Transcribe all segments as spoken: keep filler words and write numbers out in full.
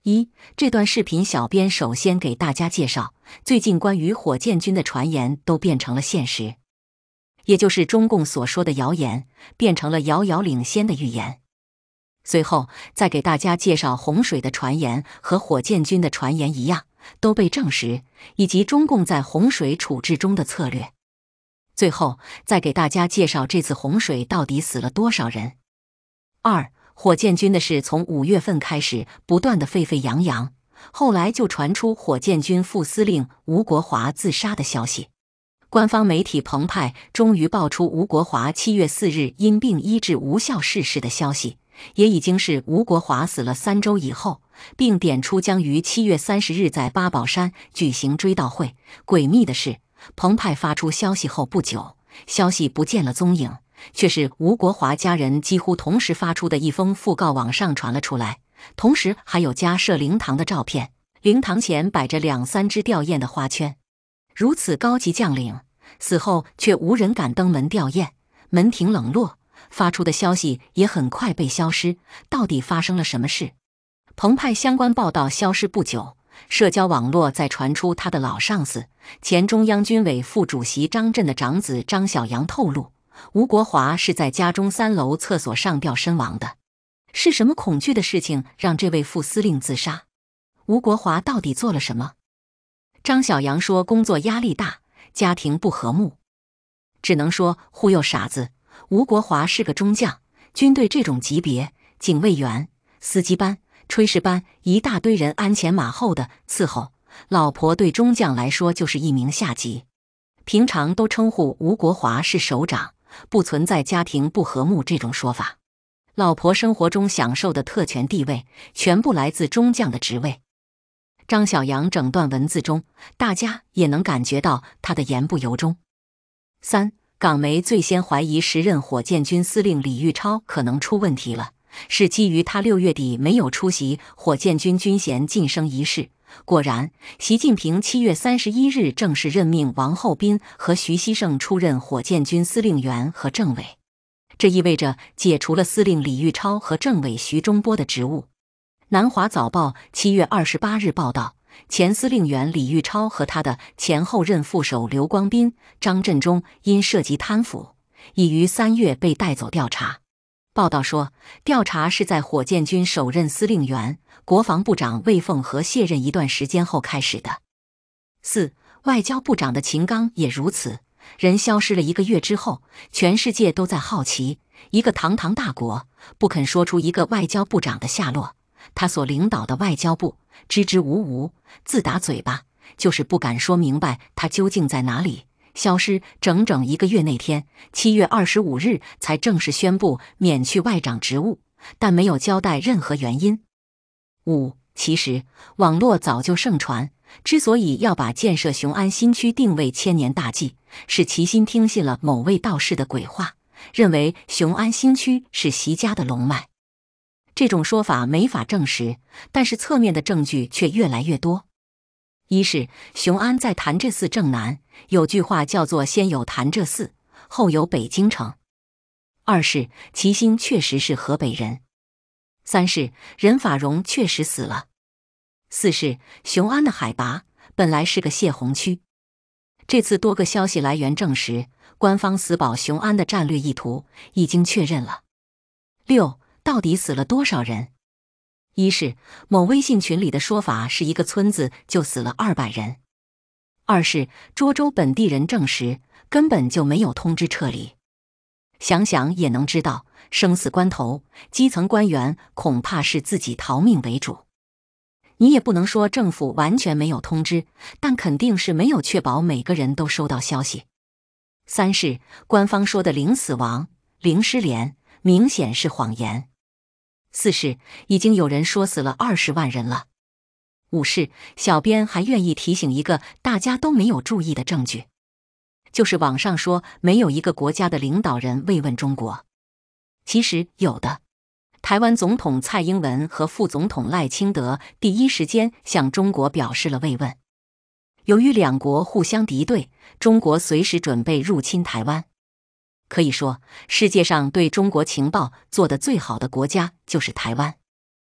一，这段视频小编首先给大家介绍，最近关于火箭军的传言都变成了现实，也就是中共所说的谣言，变成了遥遥领先的预言。随后再给大家介绍洪水的传言和火箭军的传言一样，都被证实，以及中共在洪水处置中的策略。最后再给大家介绍这次洪水到底死了多少人。二，火箭军的事从五月份开始不断的沸沸扬扬，后来就传出火箭军副司令吴国华自杀的消息。官方媒体澎湃终于爆出吴国华七月四日因病医治无效逝世的消息，也已经是吴国华死了三周以后，并点出将于七月三十日在八宝山举行追悼会。诡秘的是，澎湃发出消息后不久，消息不见了踪影，却是吴国华家人几乎同时发出的一封讣告网上传了出来，同时还有家设灵堂的照片，灵堂前摆着两三只吊唁的花圈。如此高级将领死后却无人敢登门吊唁，门庭冷落，发出的消息也很快被消失，到底发生了什么事？澎湃相关报道消失不久，社交网络再传出他的老上司前中央军委副主席张震的长子张小杨透露，吴国华是在家中三楼厕所上吊身亡的。是什么恐惧的事情让这位副司令自杀？吴国华到底做了什么？张小杨说工作压力大，家庭不和睦。只能说忽悠傻子。吴国华是个中将，军队这种级别，警卫员、司机班、炊事班，一大堆人鞍前马后的伺候，老婆对中将来说就是一名下级。平常都称呼吴国华是首长，不存在家庭不和睦这种说法。老婆生活中享受的特权地位，全部来自中将的职位。张小杨整段文字中，大家也能感觉到他的言不由衷。三，港媒最先怀疑时任火箭军司令李玉超可能出问题了，是基于他六月底没有出席火箭军军衔晋升仪式。果然，习近平七月三十一日正式任命王厚斌和徐锡胜出任火箭军司令员和政委，这意味着解除了司令李玉超和政委徐忠波的职务。南华早报七月二十八日报道，前司令员李玉超和他的前后任副手刘光斌、张振中因涉及贪腐，已于三月被带走调查。报道说，调查是在火箭军首任司令员、国防部长魏凤和卸任一段时间后开始的。四，外交部长的秦刚也如此，人消失了一个月之后，全世界都在好奇，一个堂堂大国不肯说出一个外交部长的下落，他所领导的外交部支支吾吾，自打嘴巴就是不敢说明白他究竟在哪里。消失整整一个月那天，七月二十五日才正式宣布免去外长职务，但没有交代任何原因。五，其实网络早就盛传，之所以要把建设雄安新区定位千年大计，是齐心听信了某位道士的鬼话，认为雄安新区是习家的龙脉。这种说法没法证实，但是侧面的证据却越来越多。一是雄安在潭柘寺正南，有句话叫做先有潭柘寺，后有北京城。二是齐心确实是河北人。三是任法荣确实死了。四是雄安的海拔本来是个泄洪区。这次多个消息来源证实，官方死保雄安的战略意图已经确认了。六，到底死了多少人？一是某微信群里的说法是一个村子就死了二百人。二是涿州本地人证实根本就没有通知撤离。想想也能知道，生死关头，基层官员恐怕是自己逃命为主。你也不能说政府完全没有通知，但肯定是没有确保每个人都收到消息。三是官方说的零死亡、零失联，明显是谎言。四是已经有人说死了二十万人了。五是小编还愿意提醒一个大家都没有注意的证据，就是网上说没有一个国家的领导人慰问中国，其实有的。台湾总统蔡英文和副总统赖清德第一时间向中国表示了慰问。由于两国互相敌对，中国随时准备入侵台湾。可以说，世界上对中国情报做得最好的国家就是台湾。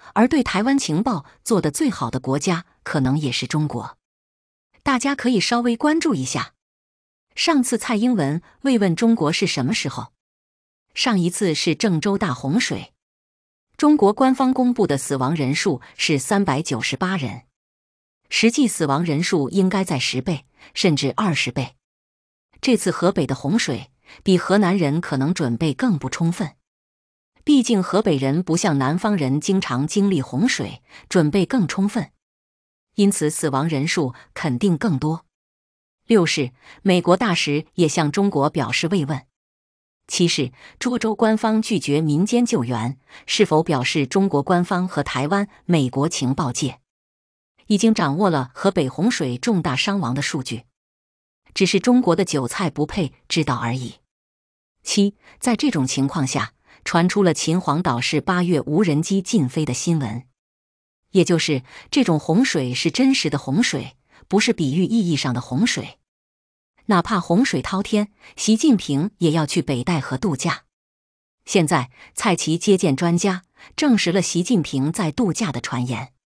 而对台湾情报做得最好的国家，可能也是中国。大家可以稍微关注一下。上次蔡英文慰问中国是什么时候？上一次是郑州大洪水。中国官方公布的死亡人数是三百九十八人，实际死亡人数应该在十倍甚至二十倍。这次河北的洪水比河南人可能准备更不充分，毕竟河北人不像南方人经常经历洪水，准备更充分，因此死亡人数肯定更多。六是，美国大使也向中国表示慰问。七是，涿州官方拒绝民间救援，是否表示中国官方和台湾、美国情报界已经掌握了河北洪水重大伤亡的数据，只是中国的韭菜不配知道而已。七，在这种情况下，传出了秦皇岛市八月无人机禁飞的新闻，也就是这种洪水是真实的洪水，不是比喻意义上的洪水。哪怕洪水滔天，习近平也要去北戴河度假。现在蔡奇接见专家，证实了习近平在度假的传言。